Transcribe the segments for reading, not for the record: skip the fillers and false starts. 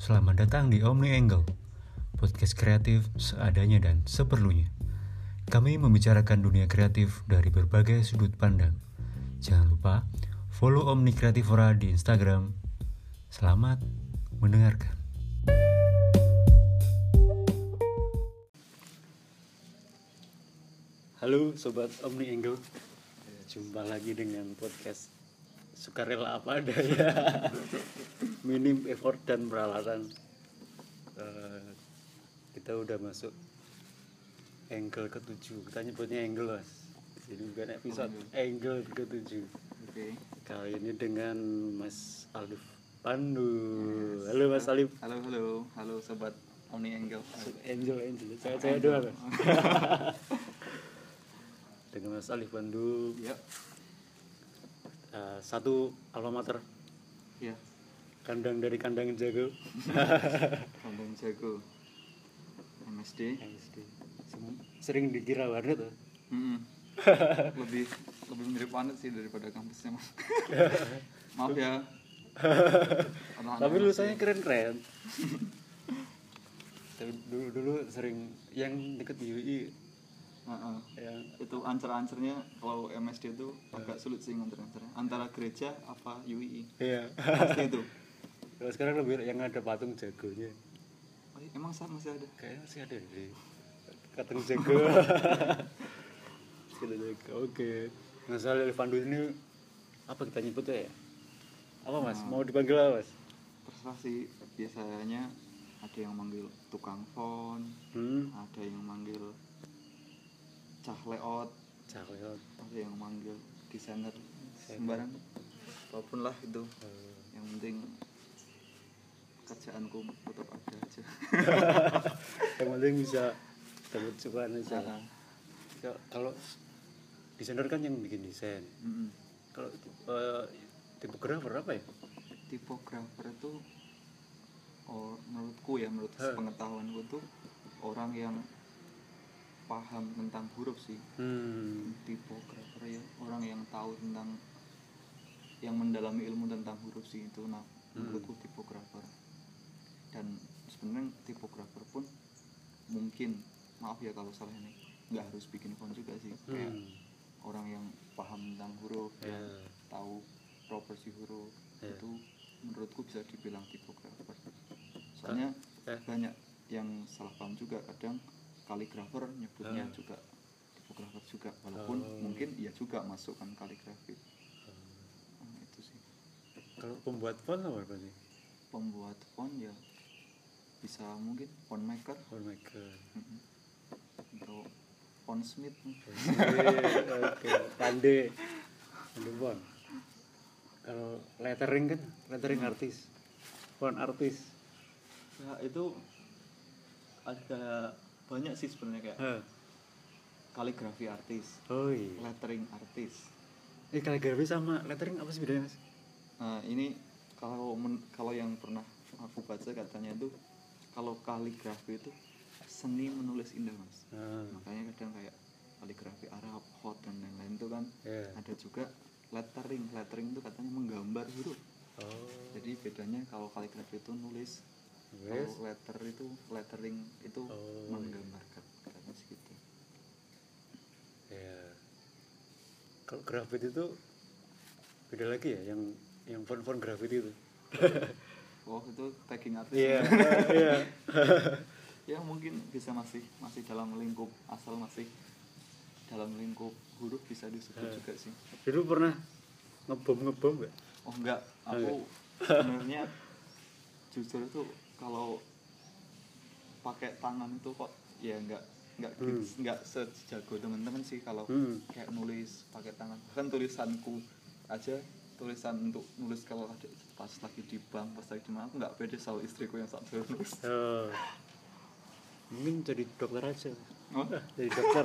Selamat datang di Omni Angle, podcast kreatif seadanya dan seperlunya. Kami membicarakan dunia kreatif dari berbagai sudut pandang. Jangan lupa follow Omni Kreativora di Instagram. Selamat mendengarkan. Halo Sobat Omni Angle, jumpa lagi dengan podcast sukarela apa adanya. Minim effort dan peralatan. Kita udah masuk angle ke-7. Kita nyebutnya angle, Mas. Ini bukan episode angle ke-7. Oke. Kali ini dengan Mas Alif Pandu. Halo Mas Alif. Halo sobat Omni Angle. Angel. Saya doang. Dengan Mas Alif Pandu. Ya. Satu alma mater. Ya. Kandang dari kandang jago. Kandang jago. MSD. Sering dikira warnet tuh. lebih mirip warnet sih daripada kampusnya. Maaf ya. Tapi lulusanya keren-keren. Tapi dulu sering yang deket UI. Yang itu ancer-ancernya kalau MSD itu agak sulit sih ancer-ancernya antara gereja apa UI. Iya. Pasti itu. Kalau sekarang lebih yang ada patung jagonya. Oh, emang masih ada? Kayaknya masih ada di patung jago. Oke. Masalah Pandu ini apa kita nyebutnya ya? Apa Mas? Mau dipanggil apa Mas? Terserah sih, biasanya ada yang manggil tukang font, ada yang manggil cahleot, ada yang manggil desainer, sembarang apapun lah itu. Yang penting kerjaanku tetap ada aja. Yang penting bisa dapat cuan aja. Kalau desainer kan yang bikin desain. Kalau tipografer apa ya? Tipografer itu menurutku ya, menurut pengetahuanku tuh orang yang paham tentang huruf sih. Tipografer ya orang yang tahu tentang, yang mendalami ilmu tentang huruf sih itu. Nah, menurutku tipografer. Dan sebenarnya tipografer pun mungkin, maaf ya kalau salah ini, nggak harus bikin font juga sih. Kayak orang yang paham tentang huruf, yang tahu proporsi huruf, itu menurutku bisa dibilang tipografer. Soalnya banyak yang salah paham juga, kadang kaligrafer nyebutnya juga tipografer juga, walaupun mungkin iya juga masukkan kaligrafi. Itu sih. Kalau pembuat font apa berarti? Pembuat font ya bisa mungkin font maker. Atau font smith. Oke, pandai font. Kalau lettering artis, font artis. Ya itu ada banyak sih sebenarnya, kayak kaligrafi artis, lettering artis. Kaligrafi sama lettering apa sih bedanya Mas? Nah ini kalau yang pernah aku baca katanya itu, kalau kaligrafi itu seni menulis indah Mas. Makanya kadang kayak kaligrafi Arab, hot dan lain-lain itu kan. Ada juga lettering itu katanya menggambar huruf. Jadi bedanya kalau kaligrafi itu nulis, kalau lettering itu menggambarkan, katanya segitu. Ya. Kalau grafit itu beda lagi ya, yang font grafit itu. Itu tagging artis. Iya. Ya mungkin bisa masih dalam lingkup, asal masih dalam lingkup huruf bisa disebut juga sih. Dulu pernah ngebom nggak? Oh enggak, aku sebenarnya jujur itu kalau pakai tangan itu kok ya enggak sejago teman-teman sih kalau kayak nulis pakai tangan. Bahkan tulisanku aja, tulisan untuk nulis kalau ada pas lagi di bank, pas lagi di mana, aku enggak pede sama istriku yang satu nulis. Mungkin jadi dokter aja. Jadi dokter.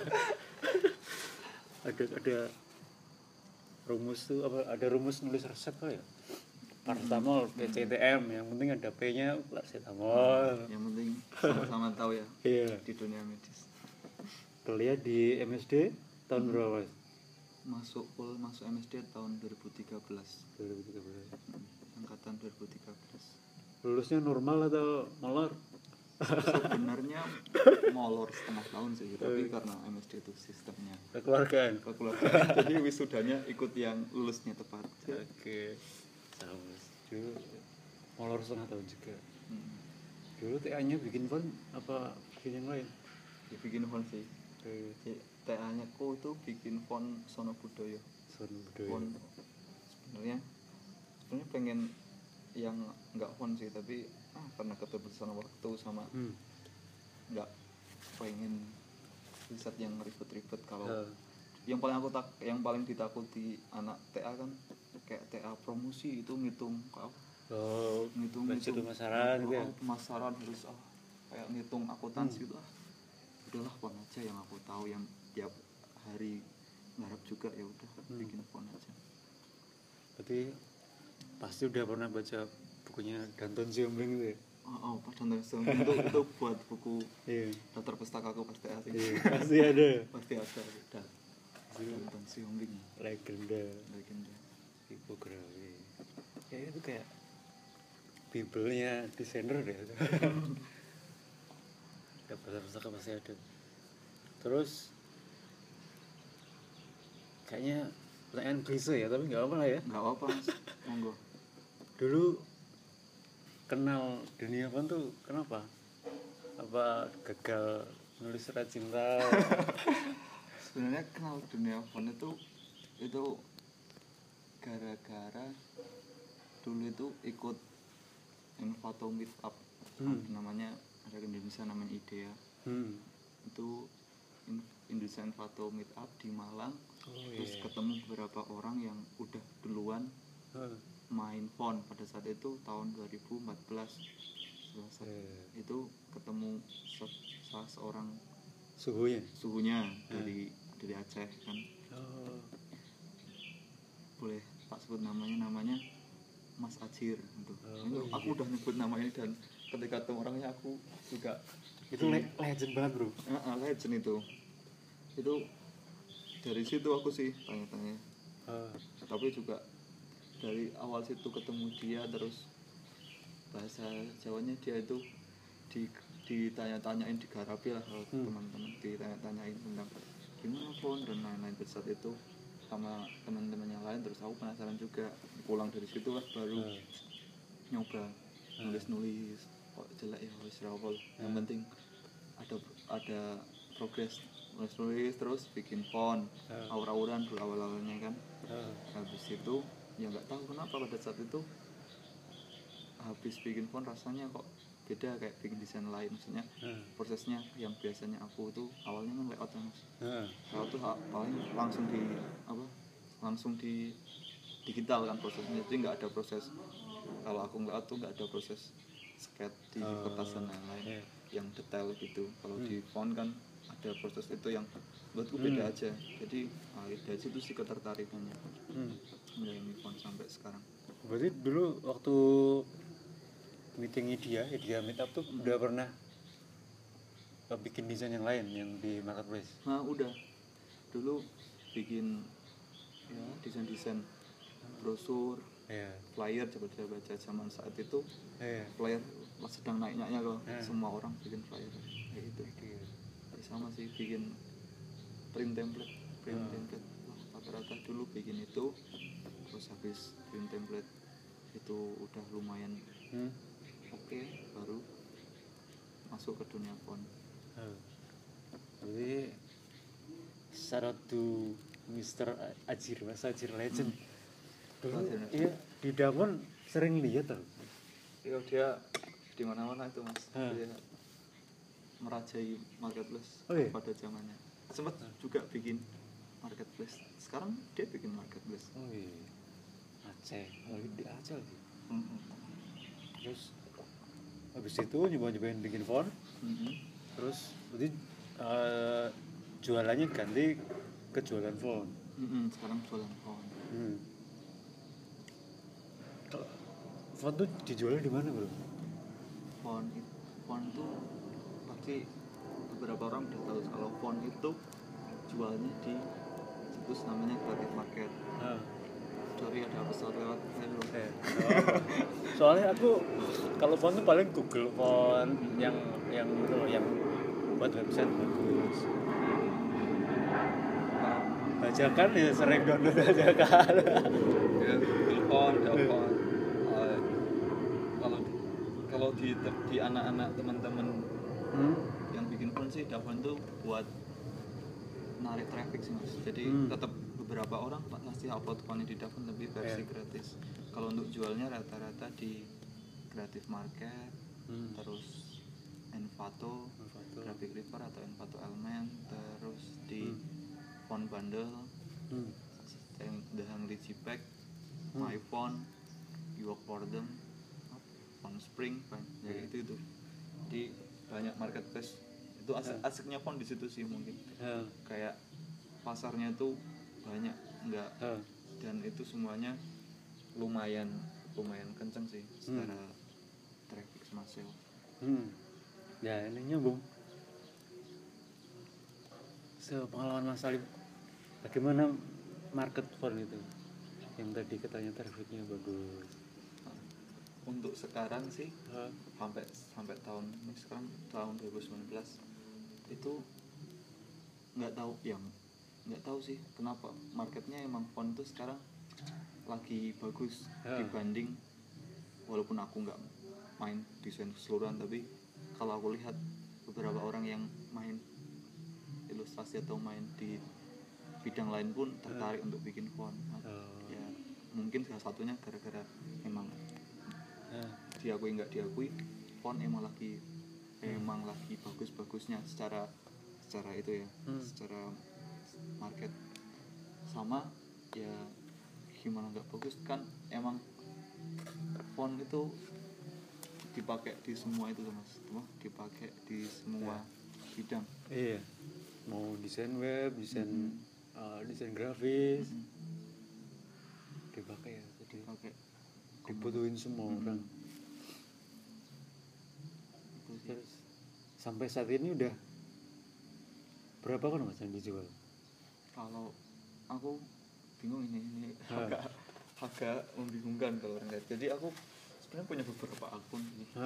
ada rumus tuh apa? Ada rumus nulis resep apa ya? Paracetamol, PCTM, yang penting ada P-nya, paracetamol. Yang penting sama-sama tahu ya. Di dunia medis. Kuliah di MSD tahun berapa? Masuk MSD tahun 2013. Angkatan 2013. Lulusnya normal atau molor? Sebenarnya molor setengah tahun sih, tapi karena MSD itu sistemnya kekeluargaan, jadi wisudanya ikut yang lulusnya tepat. Oke. Sama dulu molor setengah tahun juga. Dulu TA-nya bikin font apa bikin yang lain? Ya, bikin font sih. TA-nya ku itu bikin font Sono Budoyo. Font sebenarnya pengen yang nggak font sih, tapi karena keterbatasan waktu sama nggak pengen riset yang ribet-ribet. Kalau yang paling ditakuti anak TA kan kayak TA promosi itu ngitung pemasaran gitu ya. Pemasaran harus kayak ngitung akuntansi lah. Udahlah font aja yang aku tahu, yang tiap hari ngarep juga, ya udah bikin font aja. Berarti pasti udah pernah baca bukunya Danton Siombing itu ya? Danton Siombing itu buat buku daftar pustakaku pasti asing. Pasti ada. Pasti ada. Danton Siombing. Legenda. Tipografi. Kayaknya itu kayak Bible-nya desainer deh. Daftar pustaka pasti ada. Terus kayaknya pertanyaan klise ya, tapi nggak apa lah ya. Nggak apa, monggo. Dulu kenal dunia font tuh kenapa? Apa gagal nulis surat cinta? Sebenarnya kenal dunia font itu gara-gara dulu itu ikut Envato Meetup. Namanya ada di Indonesia namanya IDEA. Itu Indonesia Envato Meetup di Malang. Terus ketemu beberapa orang yang udah duluan main font pada saat itu tahun 2014. Itu ketemu salah seorang suhunya dari Aceh kan. Boleh tak sebut namanya Mas Ajir gitu. Aku udah nyebut namanya, dan ketika ketemu orangnya aku juga itu legend banget bro. Legend itu dari situ aku sih tanya-tanya. Tapi juga dari awal situ ketemu dia, terus bahasa Jawanya dia itu ditanya-tanyain, digarapi lah kalau teman-teman, ditanya-tanyain tentang gimana font dan lain-lain. Pada saat itu sama teman-teman yang lain, terus aku penasaran juga. Pulang dari situ lah baru nyoba nulis kok jelek ya wis ra apa, yang penting ada progres. Nulis terus bikin font aur-auran dulu awal-awalnya kan. Habis itu ya nggak tahu kenapa pada saat itu habis bikin font rasanya kok beda kayak bikin desain lain. Maksudnya prosesnya yang biasanya aku tuh awalnya kan layout kan, layout tuh paling langsung di digital kan prosesnya, jadi nggak ada proses. Kalau aku layout tuh nggak ada proses sketch di kertas dan lain-lain yang detail gitu. Kalau di font kan ada proses itu yang buatku beda aja. Jadi dari situ sih ketertarikannya menjalani font sampai sekarang. Berarti dulu waktu meeting IDEA Meetup tuh udah pernah bikin desain yang lain yang di marketplace? Udah. Dulu bikin ya desain brosur, flyer. Coba baca zaman saat itu flyer sedang naik-naiknya kalau semua orang bikin flyer kayak gitu. Sama sih bikin print template. Wah, rata-rata dulu bikin itu. Terus habis print template itu udah lumayan oke, baru masuk ke dunia font. Jadi shout out to Mr. Ajir, Mas Ajir legend. Dulu iya di Damon sering lihat tuh. Iya, dia di mana-mana itu Mas. Dia merajai marketplace pada zamannya. Sempat juga bikin marketplace. Sekarang dia bikin marketplace. Aceh, di Aceh lagi. Terus habis itu nyobain bikin font. Terus berarti jualannya ganti ke jualan font. Sekarang jualan font. Font tuh dijualnya di mana bro? Font tuh pasti beberapa orang udah tahu kalau font itu jualnya di situs namanya Creative Market. Dori ada pesawat lewat hello. Soalnya aku kalau font tuh paling Google font yang itu yang buat website bagus. Bajakan ya sering download bajakan. Ya Google font, font. Kalau di anak-anak teman-teman yang bikin font sih, font tuh buat narik traffic sih mas. Jadi tetap beberapa orang pasti upload fontnya di Davon tapi versi gratis. Kalau untuk jualnya rata-rata di Creative Market, terus Envato, Graphic Reaper atau Envato Element, terus di Font Bundle, yang The Hungry Pack, My Font, You Work For Them, Font Spring, ya itu. Di banyak marketplace itu asiknya font di situ sih mungkin. Kayak pasarnya tuh banyak enggak dan itu semuanya lumayan kenceng sih secara traffic sama sales. Ya ini nyambung. Sepengalaman Mas Salim, bagaimana market font itu? Yang tadi katanya trafficnya bagus. Untuk sekarang sih sampai tahun ini, sekarang tahun 2019 itu nggak tahu sih kenapa marketnya emang font itu sekarang lagi bagus dibanding, walaupun aku nggak main desain keseluruhan, tapi kalau aku lihat beberapa orang yang main ilustrasi atau main di bidang lain pun tertarik untuk bikin font. Ya mungkin salah satunya gara-gara emang diakui nggak diakui font emang lagi bagus-bagusnya secara itu ya, secara market. Sama ya gimana nggak bagus kan, emang font itu dipakai di semua itu mas, dipakai di semua bidang. Iya, mau desain web, desain grafis, dipakai ya, jadi dibutuhin semua orang. Terus sampai saat ini udah berapa kan mas yang dijual? Kalau aku bingung ini agak membingungkan kalau orang lihat. Jadi aku sebenarnya punya beberapa akun.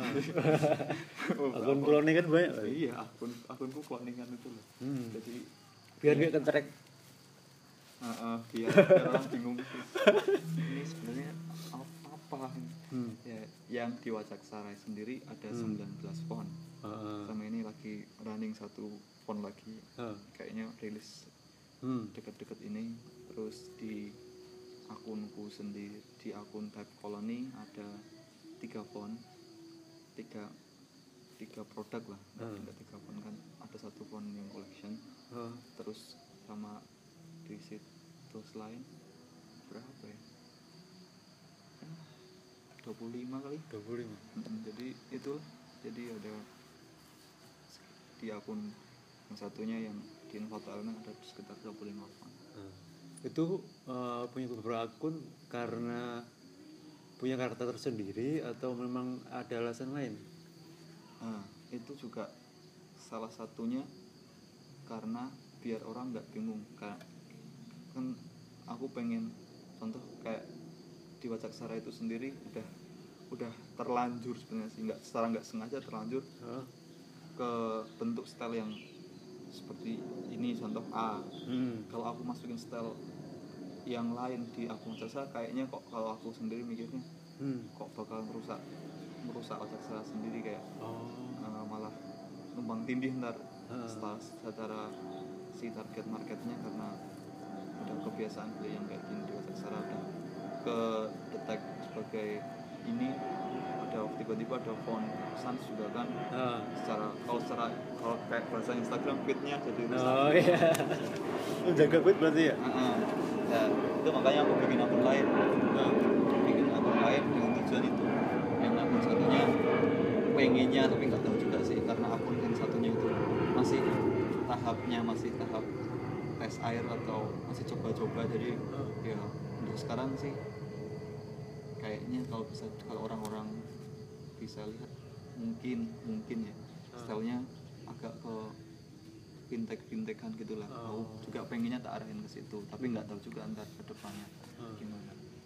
Akun cloning kan banyak. Iya, akunku cloningan itu loh. Jadi biar nggak ke-track. Biar orang bingung sih. Ini sebenarnya apa? Ya, yang di Wacaksara sendiri ada 19 font. Sama ini lagi running satu font lagi. Kayaknya rilis dekat-dekat ini. Terus di akunku sendiri, di akun Type Colony ada 3 font, 3 produk lah. Enggak 3 font kan, ada satu font yang collection. Terus sama di situs lain berapa ya? 25 kali. 25. Jadi ada di akun yang satunya yang di Envato Element ada sekitar 25 font. Itu punya beberapa akun karena punya karakter tersendiri atau memang ada alasan lain? Itu juga salah satunya karena biar orang nggak bingung. Kan aku pengen contoh kayak di Wacaksara itu sendiri udah terlanjur sebenarnya sih, nggak sengaja terlanjur ke bentuk style yang seperti ini, contoh A. Kalau aku masukin style yang lain di akun Wacaksara, kayaknya kok kalau aku sendiri mikirnya kok bakal merusak Wacaksara sendiri, kayak malah numpang tindih ntar secara si target marketnya, karena udah kebiasaan beli yang kayak gini di Wacaksara, udah ke detect sebagai ini. Ada tiba-tiba ada font sans juga kan, kalau kayak bahasa Instagram feed-nya jadi rusak. Iya. Lu jaga feed berarti ya? Ya, itu makanya aku bikin akun lain dengan tujuan itu. Yang akun satunya pengennya, tapi nggak tahu juga sih, karena akun yang satunya itu masih tahap tes air atau masih coba-coba. Jadi ya untuk sekarang sih kayaknya kalau orang-orang bisa lihat mungkin ya stylenya agak ke fintech-fintechan gitulah. Aku juga pengennya tak arahin ke situ, tapi nggak tahu juga ntar ke depannya gimana.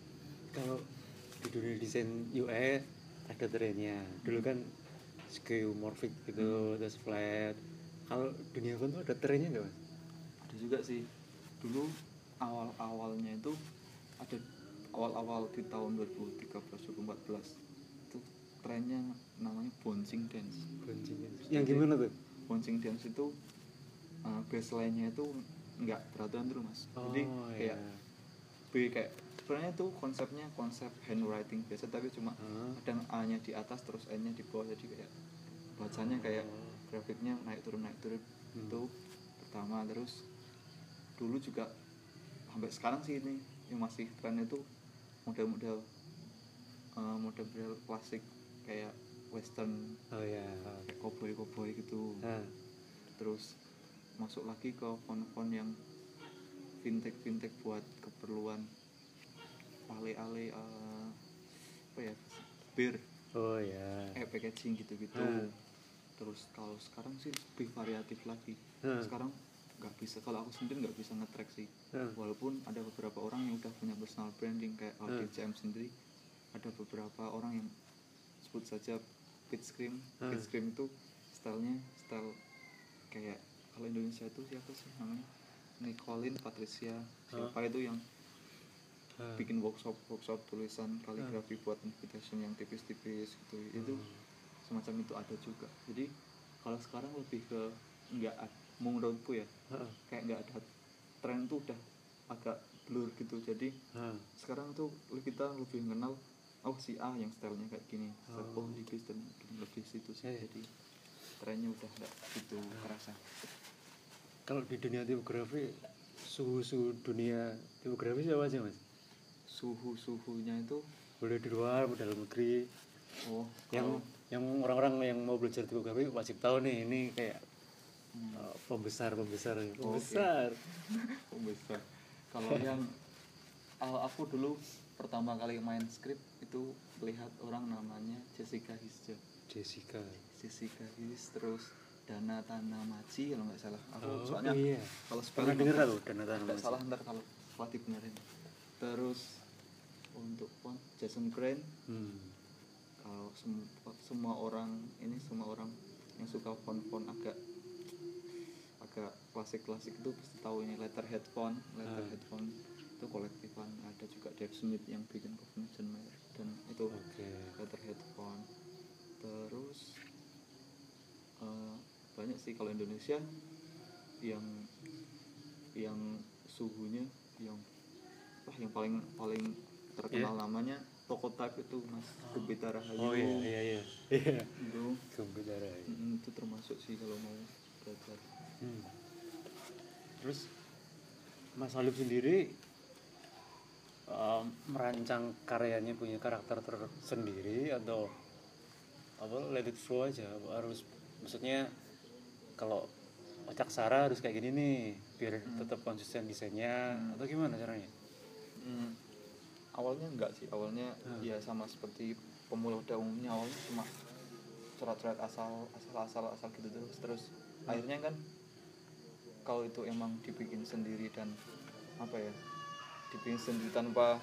kalau di dunia desain UI ada trennya. Dulu kan skeuomorphic gitu, terus flat. Kalau dunia font tuh ada trennya nggak mas? Ada juga sih. Dulu awal-awalnya itu ada awal-awal di tahun 2013-2014 itu trennya namanya bouncing dance. Yang gimana tuh? Bouncing dance itu baseline-nya itu nggak beraturan dulu mas. Jadi kayak kayak sebenarnya tuh konsep handwriting biasa, tapi cuma kadang A-nya di atas terus N-nya di bawah, jadi kayak bacanya kayak grafiknya naik turun itu pertama. Terus dulu juga sampai sekarang sih ini yang masih tren itu model-model klasik kayak western, kayak cowboy gitu. Terus masuk lagi ke font-font yang vintage buat keperluan ale-ale apa ya, beer, packaging gitu-gitu. Terus kalau sekarang sih lebih variatif lagi. Sekarang nggak bisa, kalau aku sendiri nggak bisa nge-track sih. Walaupun ada beberapa orang yang udah punya personal branding, kayak kalau di CM sendiri ada beberapa orang yang sebut saja Pitch Cream itu style kayak, kalau Indonesia itu siapa sih namanya, Nicolin Patricia siapa itu yang bikin workshop tulisan kaligrafi buat invitation yang tipis-tipis gitu. Itu semacam itu ada juga. Jadi kalau sekarang lebih ke nggak, menurutku ya, kayak nggak ada tren tuh, udah agak blur gitu. Jadi sekarang tuh kita lebih mengenal si A yang stylenya kayak gini, Libis dan lebih situ sih. Jadi trennya udah nggak gitu kerasa. Kalau di dunia tipografi, suhu dunia tipografi siapa aja mas? Suhunya itu boleh di luar, di dalam negeri. Yang orang-orang yang mau belajar tipografi wajib tahu nih, ini kayak pembesar. Kalau yang aku dulu pertama kali main script itu lihat orang namanya Jessica Hisja. Terus Dana Tanamachi kalau nggak salah. Aku soalnya kalau pernah dengar aku Dana Tanamachi. Salah ntar kalau dibenerin. Terus untuk font Jason Crane. Kalau semua orang yang suka font agak klasik itu pasti tahu ini letterhead font itu kolektifan. Ada juga Dave Smith yang bikin John Mayer dan itu letterhead font. Terus banyak sih kalau Indonesia yang suhunya yang paling terkenal namanya Tokotype itu mas, Gembita Rahayu. Itu Gembita Rahayu. Itu termasuk sih kalau mau belajar. Terus Mas Alif sendiri merancang karyanya punya karakter tersendiri atau let it flow aja? Harus, maksudnya kalau Acaksara harus kayak gini nih biar tetap konsisten desainnya atau gimana caranya? Awalnya enggak sih, ya sama seperti pemula pada umumnya, awalnya cuma coret-coret asal gitu terus akhirnya kan kalau itu emang dibikin sendiri dan dibikin sendiri tanpa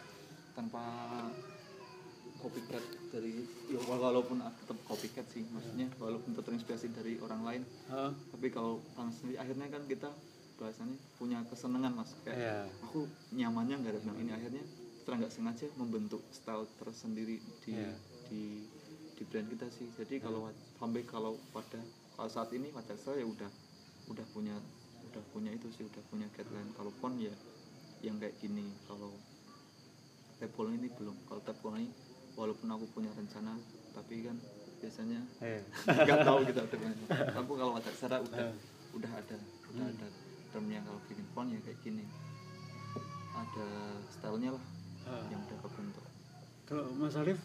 copycat dari, ya walaupun tetap copycat sih, maksudnya walaupun terinspirasi dari orang lain, tapi kalau tangan sendiri akhirnya kan kita bahasanya punya kesenangan mas, kayak aku nyamannya nggak ada bilang ini, akhirnya setelah nggak sengaja membentuk style tersendiri di brand kita sih. Jadi kalau saat ini Acaksara ya udah punya itu sih, udah punya guideline. Kalau font ya yang kayak gini, kalau table ini belum. Kalau table ini walaupun aku punya rencana, tapi kan biasanya nggak tahu gitu ada. Tapi kalau Acaksara udah ada termnya, kalau bikin font ya kayak gini, ada stylenya lah yang udah kebentuk. Kalau Mas Alif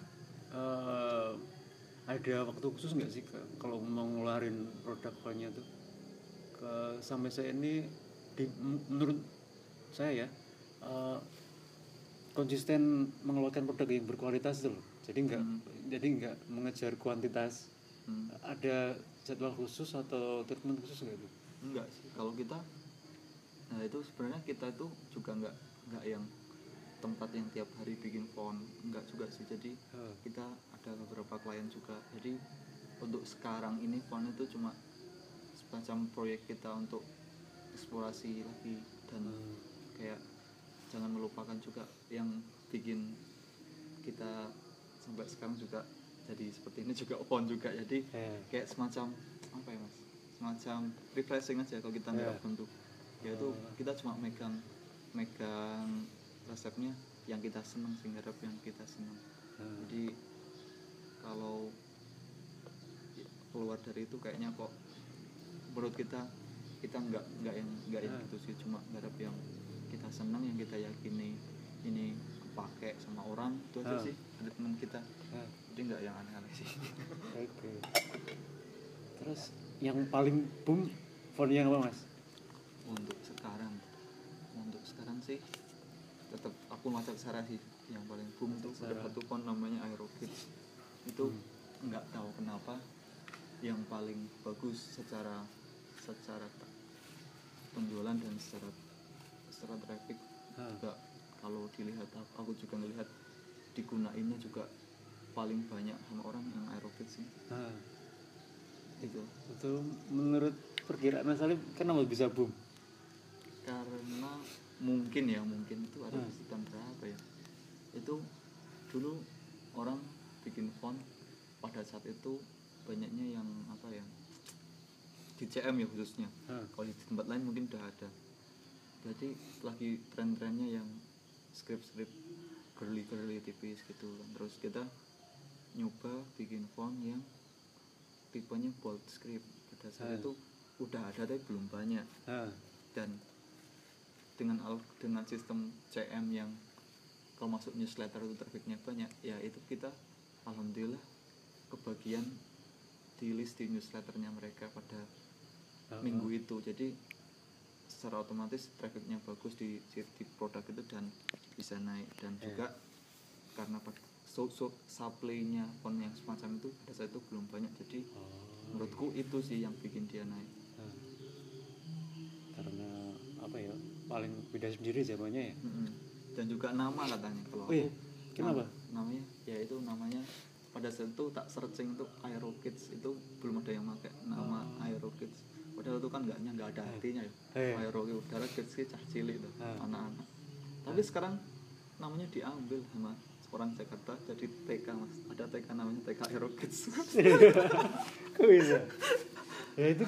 ada waktu khusus nggak sih kalau mau ngeluarin produk fontnya tuh? Sampai saya ini menurut saya ya konsisten mengeluarkan produk yang berkualitas itu loh. Jadi nggak mengejar kuantitas. Ada jadwal khusus atau treatment khusus nggak itu? Enggak sih, kalau kita itu sebenarnya kita itu juga nggak yang tempat yang tiap hari bikin font, enggak juga sih. Jadi kita ada beberapa klien juga. Jadi untuk sekarang ini font itu cuma semacam proyek kita untuk eksplorasi lagi, dan kayak jangan melupakan juga yang bikin kita sampai sekarang juga jadi seperti ini juga font juga. Jadi kayak semacam apa ya mas, semacam refreshing aja kalau kita nggak font tuh, yaitu kita cuma megang resepnya yang kita seneng sih, ngarep yang kita seneng. Jadi kalau keluar dari itu kayaknya kok menurut kita nggak yang gitu sih, cuma ngarep yang kita seneng, yang kita yakini ini kepake sama orang, itu aja sih. Ada teman kita, jadi nggak yang aneh-aneh sih. Oke. Terus yang paling boom font yang apa mas? Untuk sekarang sih tetap aku macam Sarah sih yang paling boom. Itu ada satu font namanya Aerokids, itu nggak tahu kenapa yang paling bagus secara penjualan dan secara traffic juga. Kalau dilihat, aku juga ngelihat digunainnya juga paling banyak sama orang yang Aerokids sih. Itu menurut perkiraan Mas Salim kenapa bisa boom? Karena mungkin itu ada di tahun berapa ya, itu dulu orang bikin font pada saat itu banyaknya yang apa ya, di CM ya khususnya. Kalau di tempat lain mungkin udah ada. Jadi lagi tren-trennya yang script girly tipis gitu. Terus kita nyoba bikin font yang tipenya bold script. Pada saat itu udah ada tapi belum banyak. Dan dengan sistem CM yang kalau masuk newsletter itu trafficnya banyak, ya itu kita alhamdulillah kebagian di list di newsletternya mereka pada minggu itu. Jadi secara otomatis trafficnya bagus di produk itu dan bisa naik. Dan juga karena supply-nya font yang semacam itu pada saat itu belum banyak, jadi menurutku itu sih yang bikin dia naik. Karena apa ya, paling beda sendiri zamannya ya. Dan juga nama katanya. Kalau kenapa? Namanya ya itu namanya pada saat itu tak searching itu Aerokids, itu belum ada yang pakai nama Aerokids. Padahal itu kan nggak ada artinya ya. Aerokids udara kids sih cah cilik tuh, anak-anak. Tapi sekarang namanya diambil sama orang Jakarta jadi TK mas. Ada TK namanya TK Aerokids. Kok bisa? Ya itu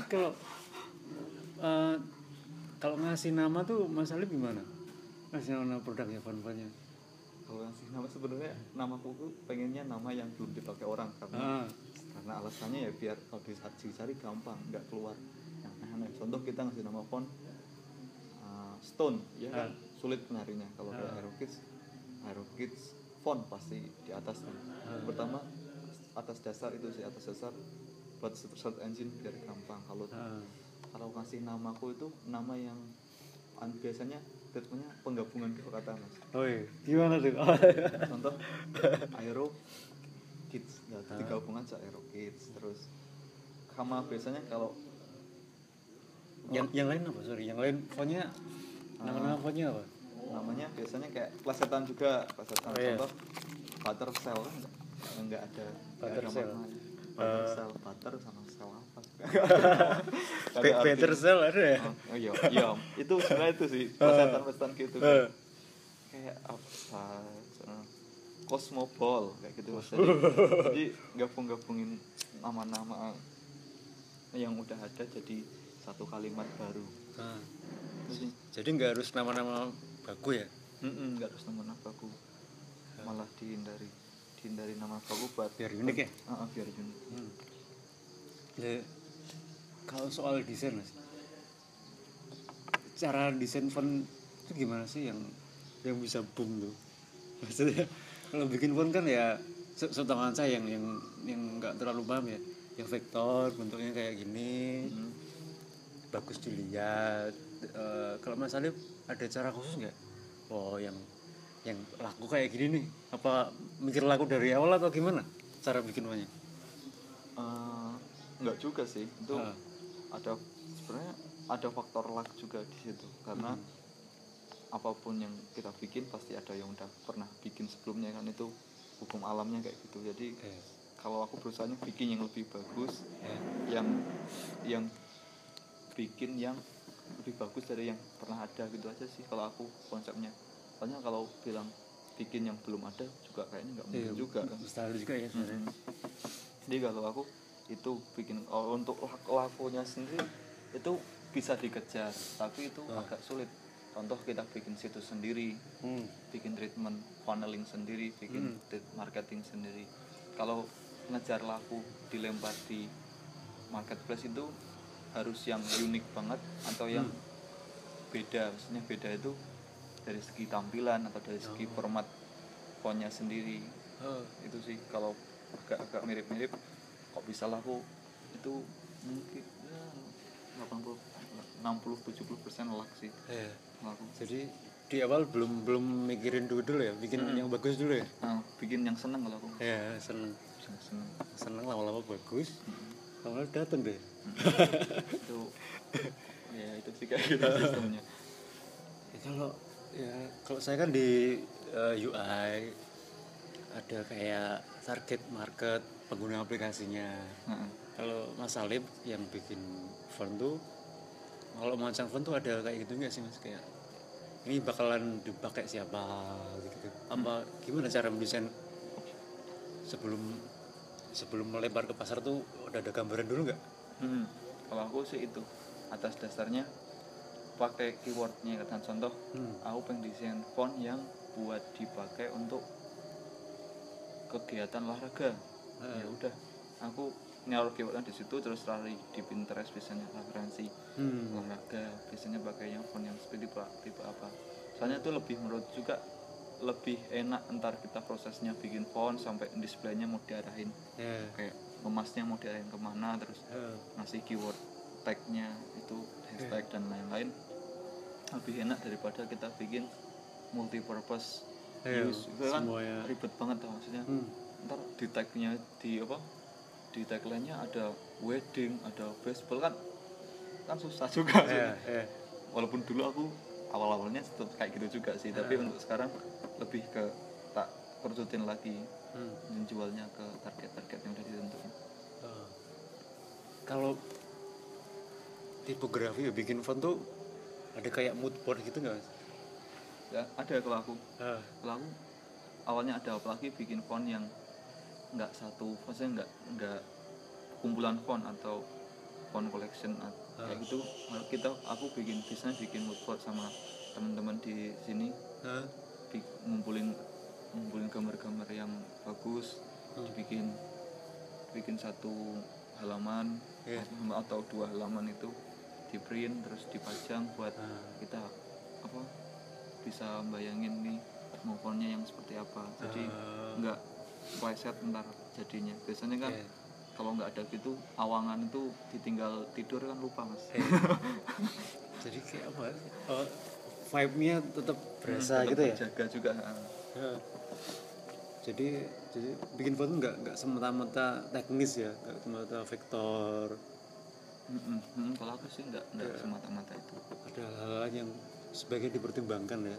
kalau ngasih nama tuh Mas Salim gimana? Ngasih nama produknya, font-fontnya? Kalau ngasih nama sebenarnya namaku tuh pengennya nama yang belum dipakai orang, karena alasannya ya biar kalau dicari gampang, nggak keluar yang aneh. Contoh kita ngasih nama font Stone, ya kan sulit nyarinya. Kalau kayak Aerokids font pasti di atas kan. Pertama atas dasar buat search engine biar gampang. Kalau kasih namaku itu nama yang biasanya treatmentnya penggabungan dua kata mas. Gimana tuh? Contoh Aerokids, digabung aja Aerokids. Terus sama biasanya kalau yang lain apa? Yang lain fontnya nama fontnya apa? Namanya biasanya kayak plesetan juga, contoh butter cell kan enggak ada butter cell butter sama cell apa? Butter cell ada ya? Iya, itu sebenarnya itu sih plesetan gitu. Kayak apa? Cosmoball kayak gitu mas. Jadi gabungin nama-nama yang udah ada jadi satu kalimat baru. Jadi nggak harus nama-nama baku ya? Nggak harus nama baku, malah dihindari nama baku buat biar unik ya? Biar unik. Kalau soal desain mas, cara desain font itu gimana sih yang bisa boom tuh? Maksudnya kalau bikin font kan ya setahuan saya yang nggak terlalu paham ya, yang vektor bentuknya kayak gini, bagus dilihat. Kalau Mas Salim ada cara khusus nggak? Yang laku kayak gini nih, apa mikir laku dari awal atau gimana cara bikin fontnya? Enggak juga sih, itu sebenarnya ada faktor luck juga di situ, karena apapun yang kita bikin pasti ada yang udah pernah bikin sebelumnya kan, itu hukum alamnya kayak gitu. Jadi kalau aku berusaha bikin yang lebih bagus, yang bikin yang lebih bagus dari yang pernah ada gitu aja sih kalau aku konsepnya. Soalnya kalau bilang bikin yang belum ada juga kayaknya nggak mungkin juga kan. Mustahil juga ya sebenarnya. Jadi kalau aku itu bikin untuk lakunya sendiri itu bisa dikejar, tapi itu agak sulit. Contoh kita bikin situs sendiri, bikin treatment funneling sendiri, bikin marketing sendiri. Kalau ngejar laku dilempar di marketplace itu harus yang unik banget atau yang beda. Maksudnya beda itu dari segi tampilan atau dari segi format fontnya sendiri. Itu sih kalau agak mirip-mirip kok bisa laku itu mungkin ya 60-70% luck sih. Laku. Jadi di awal belum mikirin dulu ya, bikin yang bagus dulu ya. Bikin yang seneng kalau aku. Ya, seneng lama-lama bagus. Lama-lama datang deh. Itu ya itu sih kayak gitu sistemnya. Kalau saya kan di UI ada kayak target market pengguna aplikasinya. Kalau Mas Alip yang bikin font tuh, kalau merancang font tuh ada kayak gitu nggak sih Mas, kayak ini bakalan dipakai siapa gitu? Apa gimana cara mendesain sebelum melempar ke pasar tuh udah ada gambaran dulu nggak? Kalau aku sih itu atas dasarnya pakai keywordnya kan. Contoh aku pengen desain font yang buat dipakai untuk kegiatan olahraga. Ya udah aku naruh keywordnya di situ, terus lari di Pinterest biasanya referensi olahraga, biasanya pakai yang font yang seperti tipe apa. Soalnya itu lebih menurut juga lebih enak entar kita prosesnya bikin font sampai displaynya mau diarahin kayak ngemasnya mau diarahin kemana, terus ngasih keyword tagnya itu hashtag dan lain-lain, lebih enak daripada kita bikin multi-purpose use. Itu kan ribet banget tuh maksudnya. Ntar di tagnya di tagline-nya ada wedding, ada baseball kan susah juga. Walaupun dulu aku awal-awalnya tetap kayak gitu juga sih, tapi untuk sekarang lebih ke tak kerucutin lagi, menjualnya ke target-target yang udah ditentukan. Kalau tipografi bikin font tuh ada kayak mood board gitu nggak Mas? Ya ada kalau aku. Kalau aku awalnya ada, apalagi bikin font yang nggak satu, maksudnya nggak kumpulan font atau font collection kayak gitu. Aku biasanya bikin mood board sama teman-teman di sini, ngumpulin gambar-gambar yang bagus, bikin satu halaman atau 2 halaman itu di print terus dipajang buat kita bisa bayangin nih mau fontnya yang seperti apa. Jadi nggak preset ntar jadinya. Biasanya kan kalau nggak ada gitu awangan itu ditinggal tidur kan lupa Mas. Jadi kayak apa? Vibe-nya tetap berasa gitu ya. Jaga juga. Jadi bikin foto nggak semata-mata teknis ya, nggak semata vektor. Kalau aku sih nggak semata-mata itu. Ada hal-hal yang sebaiknya dipertimbangkan ya.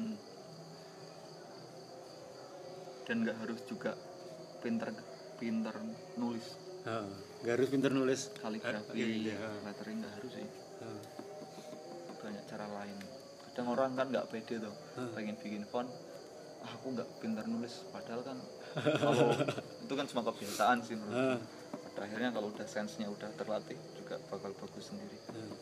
Dan nggak harus juga pinter nulis. Nggak harus pinter nulis. Kaligrafi, lettering nggak harus sih. Banyak cara lain. Kadang orang kan nggak pede tuh, pengen bikin font. Aku nggak pinter nulis, padahal kan kalau itu kan cuma kebiasaan sih menurut. Pada akhirnya kalau udah sense-nya udah terlatih juga bakal bagus sendiri.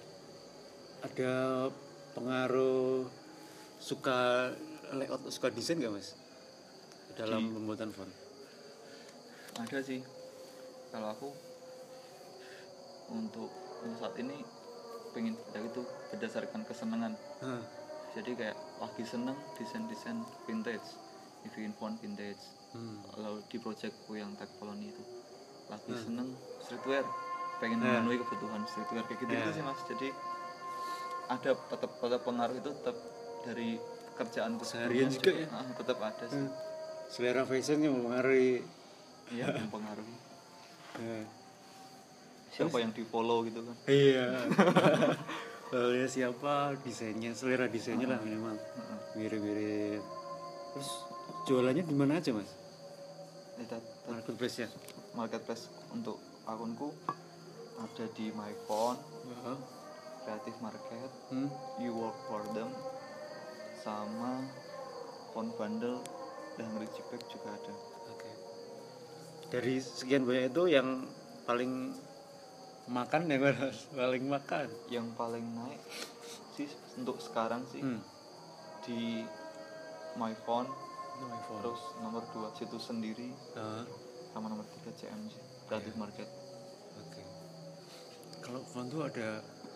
Ada pengaruh suka layout, suka desain nggak Mas dalam pembuatan font? Ada sih. Kalau aku untuk saat ini pengen itu berdasarkan kesenangan. Jadi kayak lagi seneng desain vintage, bikin font vintage. Kalau di projectku yang tag koloni itu lagi seneng streetwear, pengen memenuhi kebutuhan streetwear kayak gitu sih Mas. Jadi ada tetap pengaruh itu tetap dari kerjaan seharian juga ya. Tetap ada sih. Selera fashionnya mempengaruhi. Iya, mempengaruhi. Siapa yang di follow gitu kan? Iya. ya siapa desainnya, selera desainnya lah memang mirip-mirip. Terus jualannya di mana aja mas? Marketplace ya? Marketplace untuk akunku ada di myphone, Creative Market, You Work For Them, sama Phone Bundle dan Richibag juga ada. Oke. Dari sekian banyak itu yang paling makan ya mas? Paling makan? Yang paling naik sih untuk sekarang sih di myphone, terus nomor 2 situs sendiri, sama nomor 3 CMC Creative Market. Oke. Kalau phone tuh ada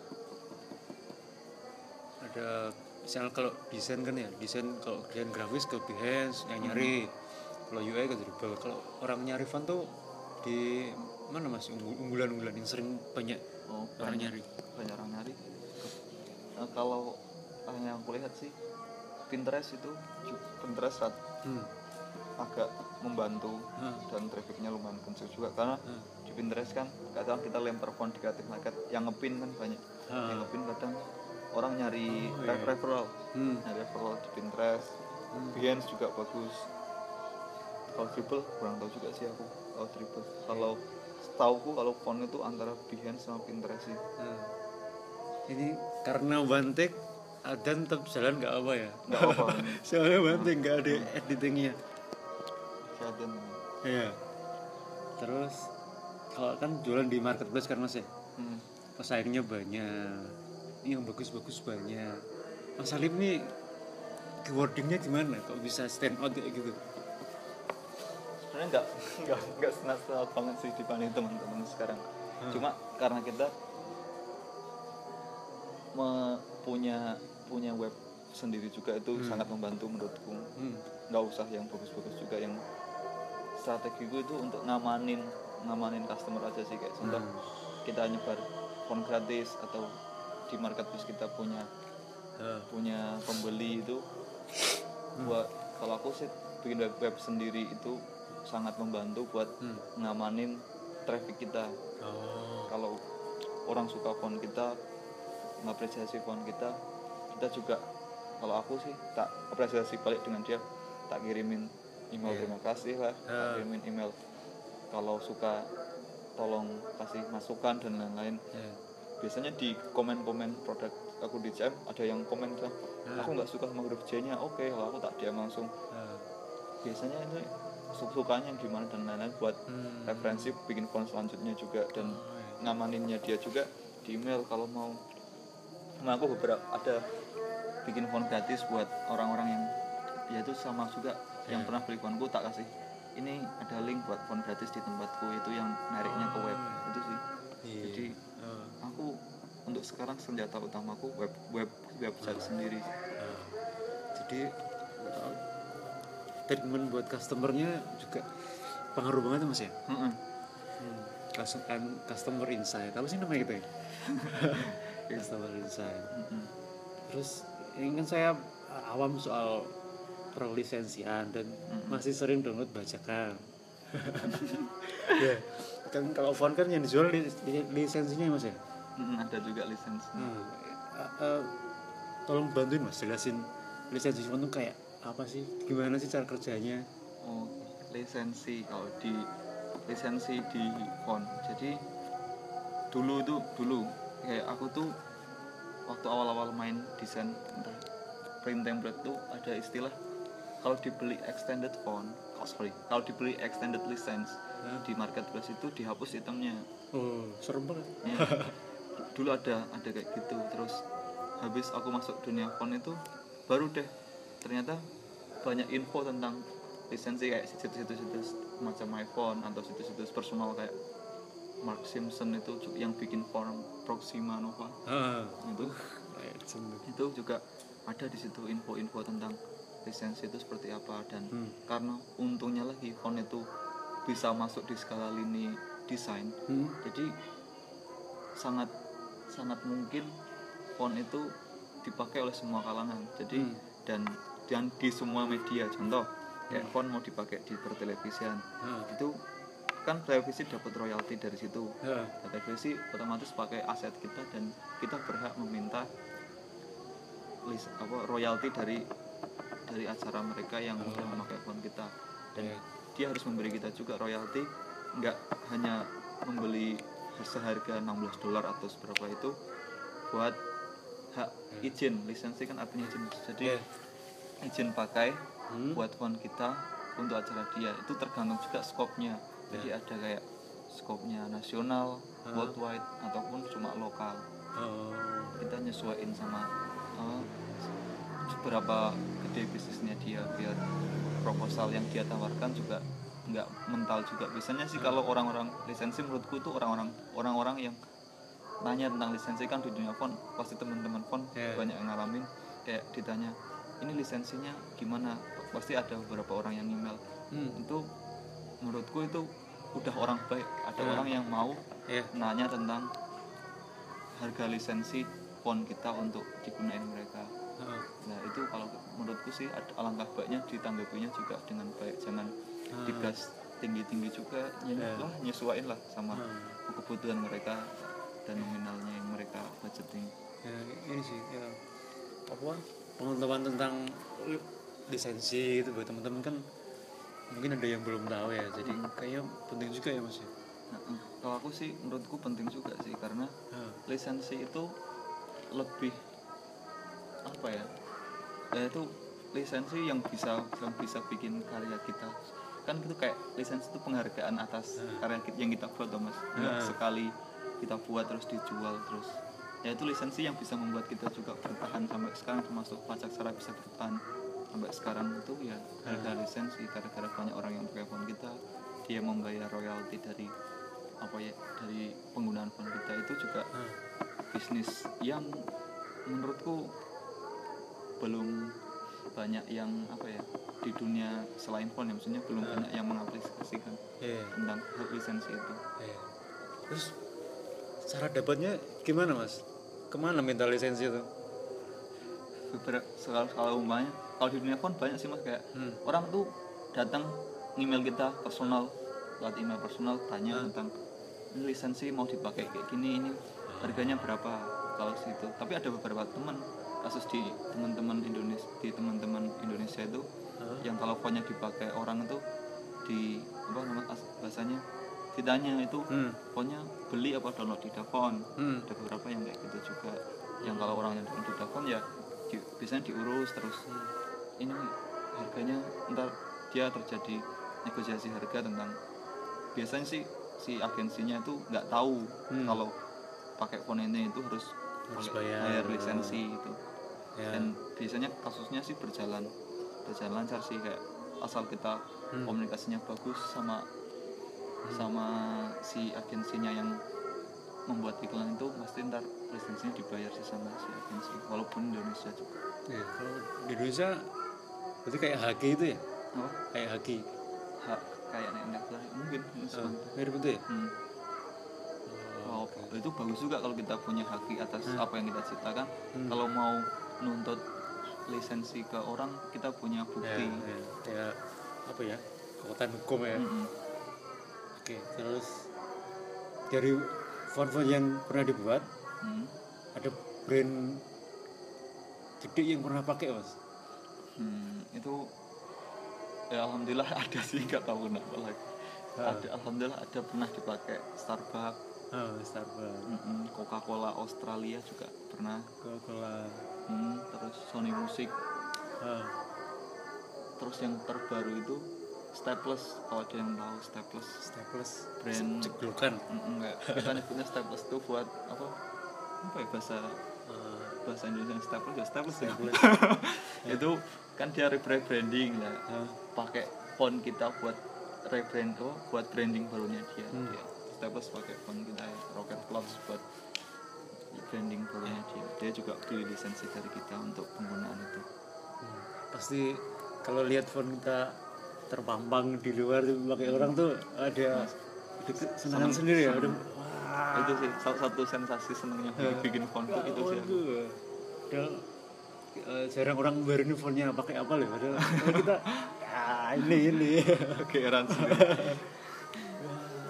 misalnya kalau desain kan ya, desain kalau desain grafis ke Behance yang nyari, kalau UI ke Dribble. Kalau orang nyari font tuh di mana mas unggulan-unggulan yang sering banyak orang nyari? Banyak orang nyari. Kalau yang aku lihat sih Pinterest agak membantu dan trafficnya lumayan kencang juga karena di Pinterest kan kadang kita lempar font di Creative Market yang ngepin kan banyak. Yang ngepin kadang orang nyari referral, nyari referral di Pinterest. Behance juga bagus. Kalau Dribble kurang tahu juga sih aku. Kalau Dribble, kalau setauku kalau font itu antara Behance sama Pinterest sih. Ini karena Bantek dan tetap jalan nggak apa ya? Nggak apa. Soalnya Bantek nggak ada editingnya. Jaden. Iya. Terus kalau kan jualan di marketplace kan mas ya, pesaingnya banyak. Yang bagus-bagus banyak. Mas Alif nih keywordingnya gimana? Kok bisa stand out kayak gitu? Sebenarnya nggak senat banget sih dibanding teman-teman sekarang. Cuma karena kita punya web sendiri juga itu sangat membantu menurutku. Nggak usah yang bagus-bagus juga, yang strategiku itu untuk ngamanin customer aja sih, kayak contoh kita nyebar font gratis atau di marketplace kita punya pembeli itu buat, kalau aku sih bikin web sendiri itu sangat membantu buat ngamanin traffic kita. Kalau orang suka font kita, mengapresiasi font kita juga, kalau aku sih tak apresiasi balik dengan dia, tak kirimin email terima kasih lah, tak kirimin email kalau suka tolong kasih masukan dan lain-lain. Biasanya di komen-komen produk aku di CM ada yang komen kan, aku nggak suka sama huruf J-nya, oke, kalau aku tak diam langsung. Biasanya itu sukanya yang gimana dan lain-lain buat referensi bikin font selanjutnya juga, dan ngamaninnya dia juga di email kalau mau. Nah, aku beberapa ada bikin font gratis buat orang-orang yang ya itu sama juga yang pernah beli fontku, tak kasih ini ada link buat font gratis di tempatku, itu yang nariknya ke web itu sih. Jadi aku untuk sekarang senjata utamaku website sendiri. Jadi treatment buat customernya juga pengaruh banget mas ya. Customer insight, apa sih namanya gitu ya? Customer insight. Terus ini kan saya awam soal perlisensian dan masih sering download bajakan. Ya, kan kalau font kan yang dijual lisensinya mas ya? Ada juga lisensi. Tolong bantuin mas, jelasin lisensi font itu kayak apa sih? Gimana sih cara kerjanya? Lisensi kalau di lisensi di font. Jadi dulu kayak aku tuh waktu awal-awal main desain print template tuh ada istilah kalau dibeli extended font, kalau dibeli extended license di marketplace itu dihapus itemnya. Serem banget. Ya. Dulu ada kayak gitu. Terus habis aku masuk dunia font itu baru deh ternyata banyak info tentang lisensi, kayak situs-situs macam myphone atau situs-situs personal kayak Mark Simpson itu yang bikin font Proxima Nova. Itu juga ada di situ info-info tentang lisensi itu seperti apa, dan karena untungnya lagi font itu bisa masuk di skala lini desain, jadi sangat mungkin font itu dipakai oleh semua kalangan. Jadi dan di semua media, contoh kayak font mau dipakai di pertelevisian itu kan televisi dapat royalti dari situ. Televisi otomatis pakai aset kita dan kita berhak meminta royalti dari acara mereka yang udah memakai phone kita, dan dia harus memberi kita juga royalti, nggak hanya membeli seharga $16 atau seberapa itu buat hak izin. Lisensi kan artinya izin, jadi izin pakai buat phone kita untuk acara dia itu tergantung juga skopnya. Jadi ada kayak skopnya nasional, worldwide ataupun cuma lokal. Kita nyesuaiin sama seberapa gede bisnisnya dia, biar proposal yang dia tawarkan juga nggak mental juga. Biasanya sih kalau orang-orang lisensi, menurutku itu orang-orang yang nanya tentang lisensi kan di dunia phone, pasti teman-teman phone banyak yang ngalamin kayak ditanya ini lisensinya gimana, pasti ada beberapa orang yang email. Itu menurutku itu udah orang baik, ada orang yang mau nanya tentang harga lisensi phone kita untuk digunain mereka. Nah itu kalau menurutku sih alangkah baiknya ditanggapinya juga dengan baik, jangan digas tinggi-tinggi juga, nyesuaiin lah sama kebutuhan mereka dan nominalnya yang mereka budgeting. Ini sih pengetahuan tentang lisensi itu buat teman-teman kan mungkin ada yang belum tahu ya, jadi kayaknya penting juga ya Mas. Kalau aku sih menurutku penting juga sih, karena lisensi itu lebih apa ya, itu lisensi yang bisa bikin karya kita kan, itu kayak lisensi itu penghargaan atas karya yang kita buat Mas. Nggak sekali kita buat terus dijual terus, ya itu lisensi yang bisa membuat kita juga bertahan sampai sekarang, termasuk Wacaksara bisa bertahan sampai sekarang itu ya harga lisensi, gara-gara banyak orang yang pakai phone kita, dia membayar royalti dari dari penggunaan phone kita. Itu juga bisnis yang menurutku belum banyak yang di dunia selain phone ya, maksudnya belum banyak yang mengaplikasikan tentang lisensi itu. Terus cara dapatnya gimana Mas? Kemana minta lisensi itu? Kalau umpamanya kalau di dunia phone banyak sih Mas, kayak orang tuh datang email kita personal, lewat email personal tanya tentang ini lisensi mau dipakai kayak gini, ini harganya berapa kalau situ. Tapi ada beberapa kasus di teman-teman Indonesia itu yang kalau phone-nya dipakai orang itu di bahasanya ditanya itu phone-nya beli apa download di Dafone. Ada beberapa yang kayak gitu juga, yang kalau orang yang download di Dafone ya biasanya diurus terus ini harganya, ntar dia terjadi negosiasi harga tentang, biasanya sih si agensinya itu nggak tahu kalau pakai phone ini itu harus bayar lisensi itu. Dan biasanya kasusnya sih berjalan lancar sih, kayak asal kita komunikasinya bagus sama si agensinya yang membuat iklan itu, pasti ntar lisensinya dibayar sih sama si agensi, walaupun Indonesia juga. Kalau di Indonesia berarti kayak HG itu ya? Kayak HG kayak nenek mungkin mirip itu ya? Itu bagus juga kalau kita punya hak atas apa yang kita ciptakan. Kalau mau nuntut lisensi ke orang, kita punya bukti. Ya apa ya, kekuatan hukum ya. Oke, terus dari phone yang pernah dibuat, ada brand gede yang pernah pakai Mas? Itu ya alhamdulillah ada sih, nggak tahu kenapa lagi. Alhamdulillah ada pernah dipakai Starbucks. Coca-Cola Australia juga pernah. Coca-Cola. Terus Sony Music. Terus yang terbaru itu Staples, kalau ada yang tahu Staples brand jeglokan. Kita nyebutnya Staples itu buat apa ya, bahasa Indonesia Staples ya. Itu kan dia rebranding lah, pakai font kita buat buat branding barunya dia. Staples pakai font kita ya, Rocket Clouds buat branding barunya dia juga beli lisensi dari kita untuk penggunaan itu. Pasti kalau lihat font kita terpampang di luar tuh pakai orang tuh ada senang sendiri ya. Itu sih salah satu sensasi senangnya bikin font itu sih. Jarang orang baru ini fontnya pakai apa loh, padahal kita ini keran sih.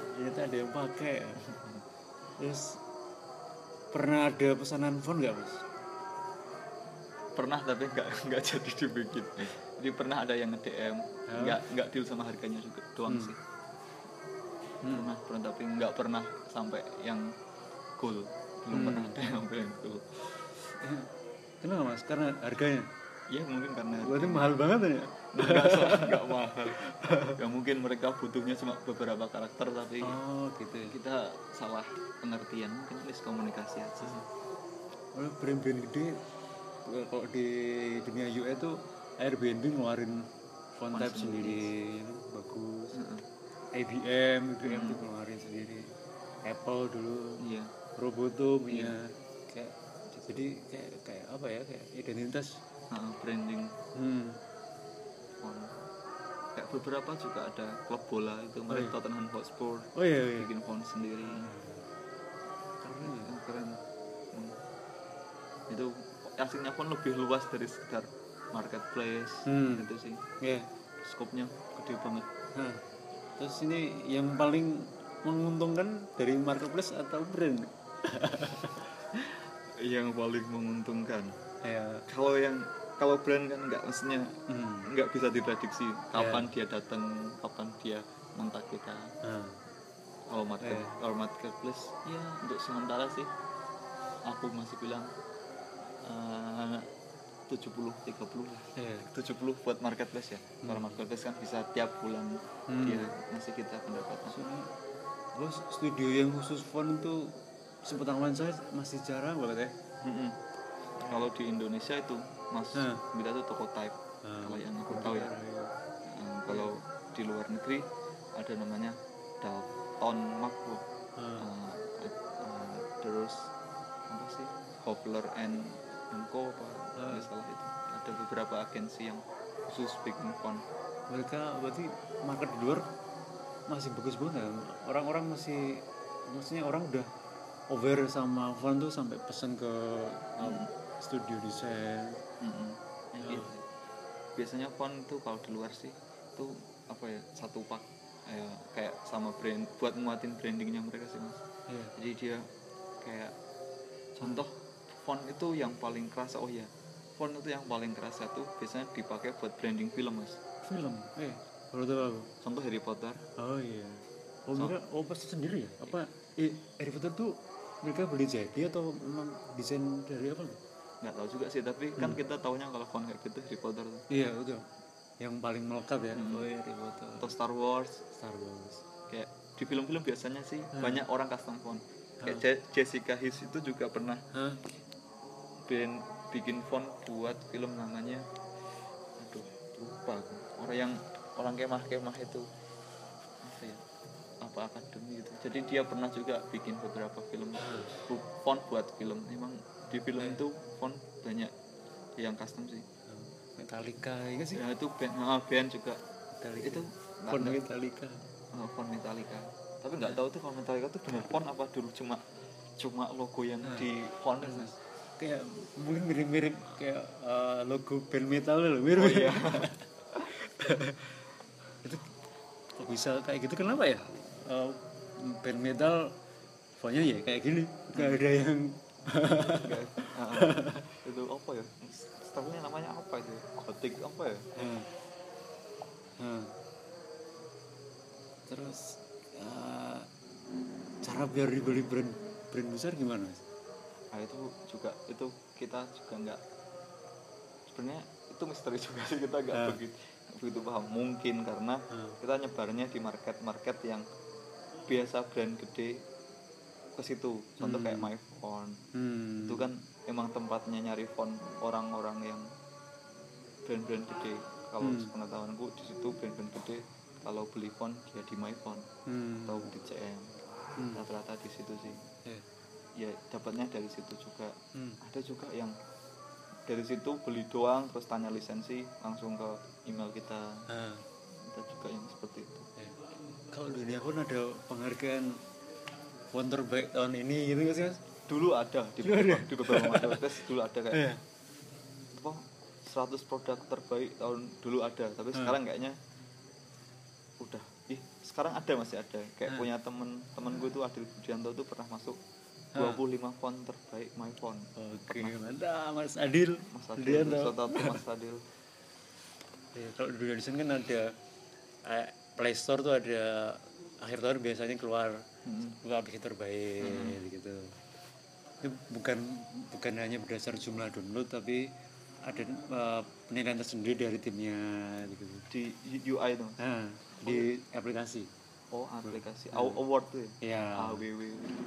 ada yang pakai. Terus pernah ada pesanan font nggak Mas? Pernah tapi nggak jadi dibikin. Jadi pernah ada yang nge-DM, nggak deal sama harganya juga doang sih. Pernah tapi nggak pernah sampai yang goal. Belum pernah ada yang sampai yang goal. Kenapa Mas? Karena harganya? Ya mungkin karena Berarti mahal banget ya? nggak mahal. Ya mungkin mereka butuhnya cuma beberapa karakter tapi gitu ya. kita salah pengertian, mungkin miskomunikasi aja sih. Brand-brand gede kalau di dunia UI itu Airbnb ngeluarin font type sendiri, bagus. IBM tuh ngeluarin sendiri. Apple dulu, Roboto punya. Jadi kayak apa ya, kayak identitas branding font. Kayak beberapa juga ada klub bola itu kemarin Tottenham Hotspur bikin font sendiri. Keren. Itu aslinya font lebih luas dari sekedar marketplace itu sih. Skopnya gede banget. Terus ini yang paling menguntungkan dari marketplace atau brand? Yang paling menguntungkan. Ya. Kalau brand kan nggak bisa diprediksi kapan dia datang, kapan dia kontak kita. Kalau marketplace ya untuk sementara sih aku masih bilang 70-30 lah. 70 buat marketplace ya. Kalau marketplace kan bisa tiap bulan dia ngasih kita pendapatan. Studio yang khusus font itu sepengetahuan saya masih jarang banget ya. Kalau di Indonesia itu kita tuh toko type. Kalau yang aku tahu ya. Kalau di luar negeri ada namanya Dalton Mark. Terus apa sih? Hofler and Co apa salah itu. Ada beberapa agensi yang khusus bikin font. Mereka berarti market di luar masih bagus banget ya. Orang-orang maksudnya orang udah aware sama font tuh sampai pesan ke studio desain. Biasanya font tuh kalau di luar sih itu apa ya, satu pak kayak sama brand buat muatin brandingnya mereka sih Mas. Jadi dia kayak contoh font itu yang paling kerasa font itu yang paling kerasa tuh biasanya dipakai buat branding film Mas. Film? Baru tahu aku. Contoh Harry Potter. Mereka pasti sendiri ya? Apa Harry Potter tuh mereka beli jadi atau memang desain dari apa? Nggak tahu juga sih, tapi kan kita taunya kalau font kayak gitu Harry Potter tuh. Iya betul. Yang paling melekat ya. Harry Potter. Atau Star Wars. Kayak di film-film biasanya sih banyak orang custom font. Kayak Jessica Hyde itu juga pernah bikin font buat film namanya lupa orang kemah itu apa akademi gitu. Jadi dia pernah juga bikin beberapa film font buat film. Emang di film itu font banyak yang custom sih. Metallica ya sih. Ya itu band juga. Metallica. Itu font Metallica. Font Metallica. Tapi nggak tahu tuh kalau Metallica tuh benar font apa dulu cuma logo yang di font. Kayak mungkin mirip-mirip kayak logo band metal loh, mirip. Itu kok bisa kayak gitu, kenapa ya? Band metal fontnya ya kayak gini, nggak ada yang itu apa ya? Stylenya namanya apa itu? Gothic apa ya? Terus cara biar dibeli brand besar gimana Mas? Itu kita juga nggak, sebenarnya itu misteri juga sih, kita nggak begitu paham. Mungkin karena kita nyebarnya di market yang biasa brand gede ke situ. Contoh kayak MyFont itu kan emang tempatnya nyari font orang-orang yang brand-brand gede. Kalau sepengetahuanku di situ brand-brand gede kalau beli font dia di MyFont atau di CM, rata-rata di situ sih. Ya dapatnya dari situ juga. Ada juga yang dari situ beli doang terus tanya lisensi langsung ke email kita. Ada juga yang seperti itu. Kalau dunia pun ada penghargaan font terbaik tahun ini gitu nggak sih Mas? Dulu ada di beberapa marketplace dulu ada kayak 100 produk terbaik tahun dulu ada, tapi sekarang kayaknya udah sekarang masih ada kayak punya temen-temenku tuh Adil Budianto tuh pernah masuk 25 font terbaik my font. Oke, mantap Mas Adil. Mas Adil, Mas Adil. Ya, kalau di dunia desain kan ada Play Store tuh ada akhir tahun biasanya keluar aplikasi terbaik gitu. Itu bukan hanya berdasar jumlah download tapi ada penilaian tersendiri dari timnya gitu. Di UI tuh. Nah, di aplikasi. Oh, aplikasi. Award tuh ya? Ya. AWW.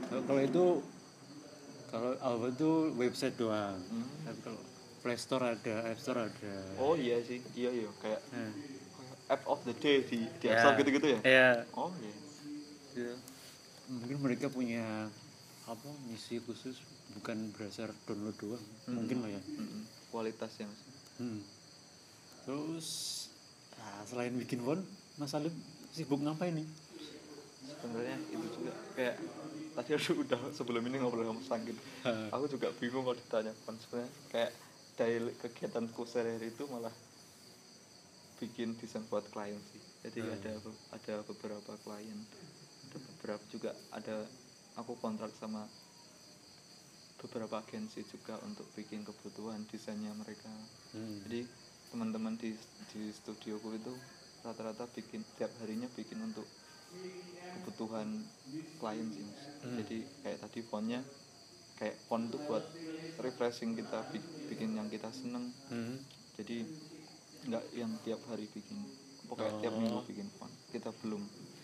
Kalau award itu website doang. Tapi kalau Play Store ada, App Store ada. Oh iya sih. Iya kayak app of the day di App Store gitu-gitu ya? Iya. Oh iya. Ya. Mungkin mereka punya misi khusus bukan berdasar download doang. Mungkin lah ya. Kualitasnya Mas. Terus selain bikin font, Mas Salim sibuk ngapain nih? Sebenarnya itu juga kayak tadi udah sebelum ini ngobrol sama Sanggit. Aku juga bingung kalau ditanya font. Sebenarnya kayak daily kegiatanku sehari-hari itu malah bikin desain buat klien sih. Jadi ada beberapa klien, ada beberapa juga aku kontrak sama beberapa agensi juga untuk bikin kebutuhan desainnya mereka. Jadi teman-teman di studioku itu rata-rata bikin tiap harinya bikin untuk kebutuhan klien sih Mas. Jadi kayak tadi fontnya kayak font itu buat refreshing kita, bikin yang kita seneng. Jadi nggak yang tiap hari bikin, pokoknya tiap minggu bikin font. Kita belum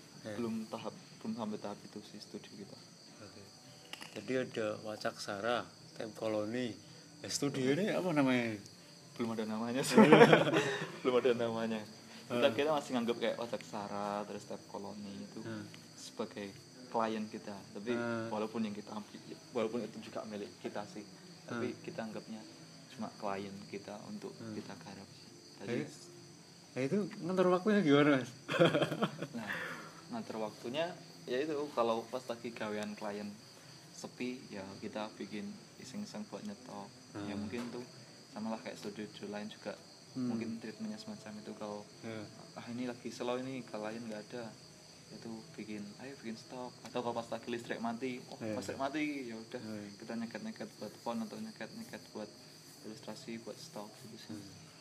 sampai tahap itu sih studio kita. Jadi ada Wacaksara, Tab Koloni. Studio ini apa namanya? Belum ada namanya sih. Belum ada namanya. Kita masih nganggap kayak Wacaksara terus Tab Koloni itu sebagai klien kita. Tapi walaupun yang kita ambil, walaupun itu juga milik kita sih, tapi kita anggapnya cuma klien kita untuk kita garap. Jadi itu ngatur waktunya gimana Mas? Nah, ngatur waktunya ya itu kalau pas lagi gawean klien sepi ya kita bikin iseng-iseng buat nyetok. Ya mungkin tuh sama lah kayak studio lain juga mungkin treatmentnya semacam itu. Kalau ini lagi slow ini klien nggak ada, itu bikin stok. Atau kalau pas lagi listrik mati, listrik mati ya udah kita nyeket buat font atau nyeket buat ilustrasi buat stok gitu sih.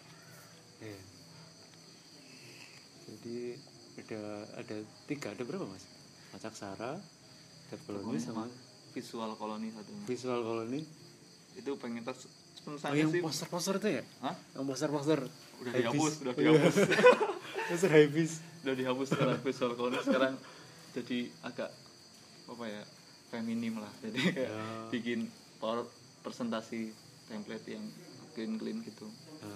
Jadi ada berapa Mas? Wacaksara, Tab Koloni sama Visual Koloni satu. Visual Koloni itu pengen yang sih poster itu ya? Hah? Yang poster udah dihapus. Poster habis udah dihapus sekarang. Visual Koloni sekarang jadi agak feminim lah. Jadi kayak bikin presentasi template yang clean gitu.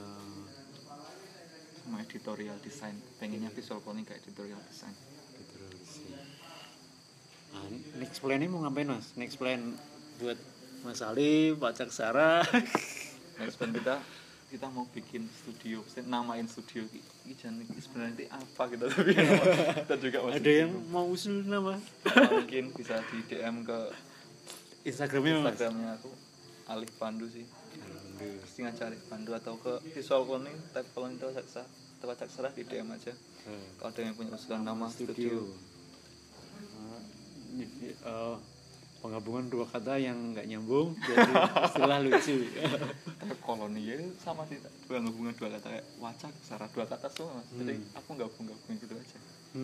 Sama editorial design. Pengennya Visual Koloni kayak editorial design. Next plan ini mau ngapain Mas? Next plan buat Mas Ali, Wacaksara. Next plan kita mau bikin studio, namain studio ini sebenarnya apa gitu, tapi kita juga masih ada yang mau usul nama? Mungkin bisa di DM ke Instagramnya aku Alif Pandu sih. Pasti cari Pandu atau ke Visual Koloni, Tab Koloni atau Wacaksara di DM aja. Kalau ada yang punya usulan nama studio. Penggabungan dua kata yang nggak nyambung jadi istilah lucu. Koloni ya sama sih, penggabungan dua kata kayak Wacaksara, dua kata semua Mas. Jadi aku gabungin gitu aja.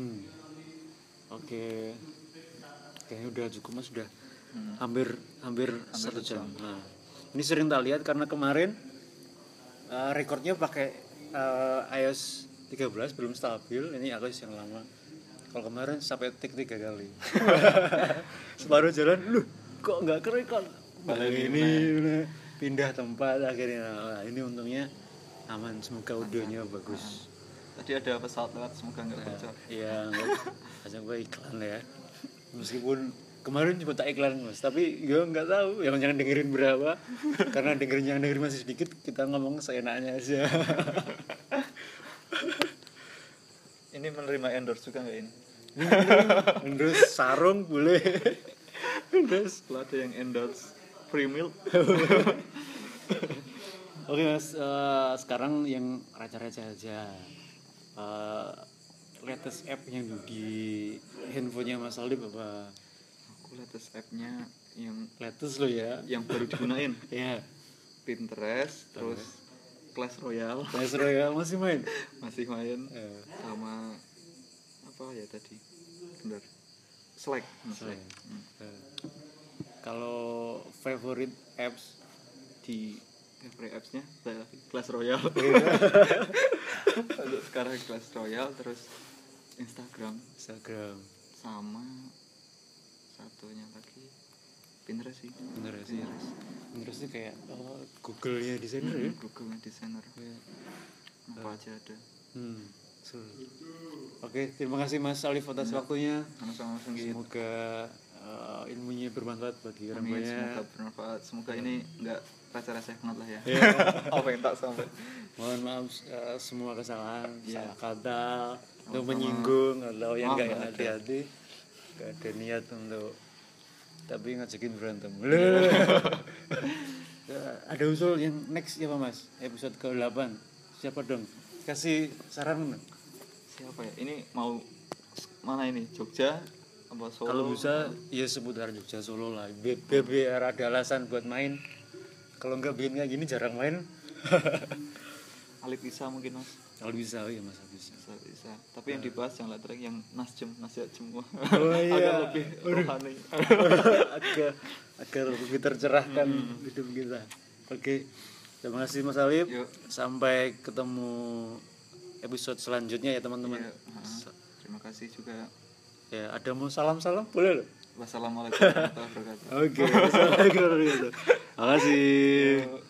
Oke. Kayaknya udah cukup Mas, sudah hampir 1 jam. Nah, ini sering tak lihat karena kemarin recordnya pakai iOS 13 belum stabil, ini iOS yang lama. Kalau kemarin sampai tik 3 kali. Separuh jalan, kok nggak kerekod? Ini pindah tempat akhirnya. Nah, ini untungnya aman, semoga audionya bagus. Tadi ada pesawat lewat, semoga nggak bocor. Iya, aja gue iklan ya. Meskipun kemarin cuma tak iklan Mas, tapi gue nggak tahu. Yang jangan dengerin berapa, karena yang dengerin masih sedikit. Kita ngomong seenaknya aja. Ini menerima endorse juga nggak ini? Endorse sarung boleh. Endorse. Kalau ada yang endorse free milk. Oke Mas, sekarang yang receh-receh aja. latest app yang di handphonenya Mas Alif apa? Aku latest app-nya yang Latest lo ya. yang baru digunain Ya. Pinterest, terus Clash Royale Clash Royale masih main. masih main, Eh, sama apa ya tadi, bener, Slack. Slack. Kalau favorite apps Di favorite apps-nya saya lagi Clash Royale. Untuk sekarang Clash Royale, terus Instagram, Instagram. sama satunya lagi Pinterest sih. Pinterest ya. Pinterest itu kayak Google-nya desainer ya. Google designer, Ya. apa aja ada. Seru. Oke, terima kasih Mas Alif atas waktunya. Sama-sama Senggit. Semoga ilmunya bermanfaat bagi orang Amin, banyak. semoga bermanfaat. Semoga ini enggak receh-receh banget lah ya. Ya. Apa yang tak sampai. Mohon maaf semua kesalahan, Ya. salah kata, atau Sama-sama. menyinggung atau yang Maaf enggak banget, hati-hati. Enggak ada niat untuk tapi ngajakin berantem. Ya, ada usul yang next siapa Mas? Episode ke-8. Siapa dong? Kasih saran dong. Siapa ya? Ini mau mana ini? Jogja apa Solo? Kalau bisa ya seputar Jogja Solo lah. Biar ada alasan buat main. Kalau enggak bikin kayak gini jarang main. Alif bisa mungkin Mas. Kalau bisa ya Mas bisa. Bisa. Tapi yang dibahas yang latar yang nasihat semua. Oh iya. Agak lebih rohani. agar lebih tercerahkan hidup kita. Oke. Terima kasih Mas Alif. Yuk. Sampai ketemu episode selanjutnya ya teman-teman. Iya, terima kasih juga. Ya, ada mau salam-salam boleh loh. Wassalamualaikum warahmatullahi wabarakatuh. Oke, assalamualaikum warahmatullahi wabarakatuh. Makasih. Yuk.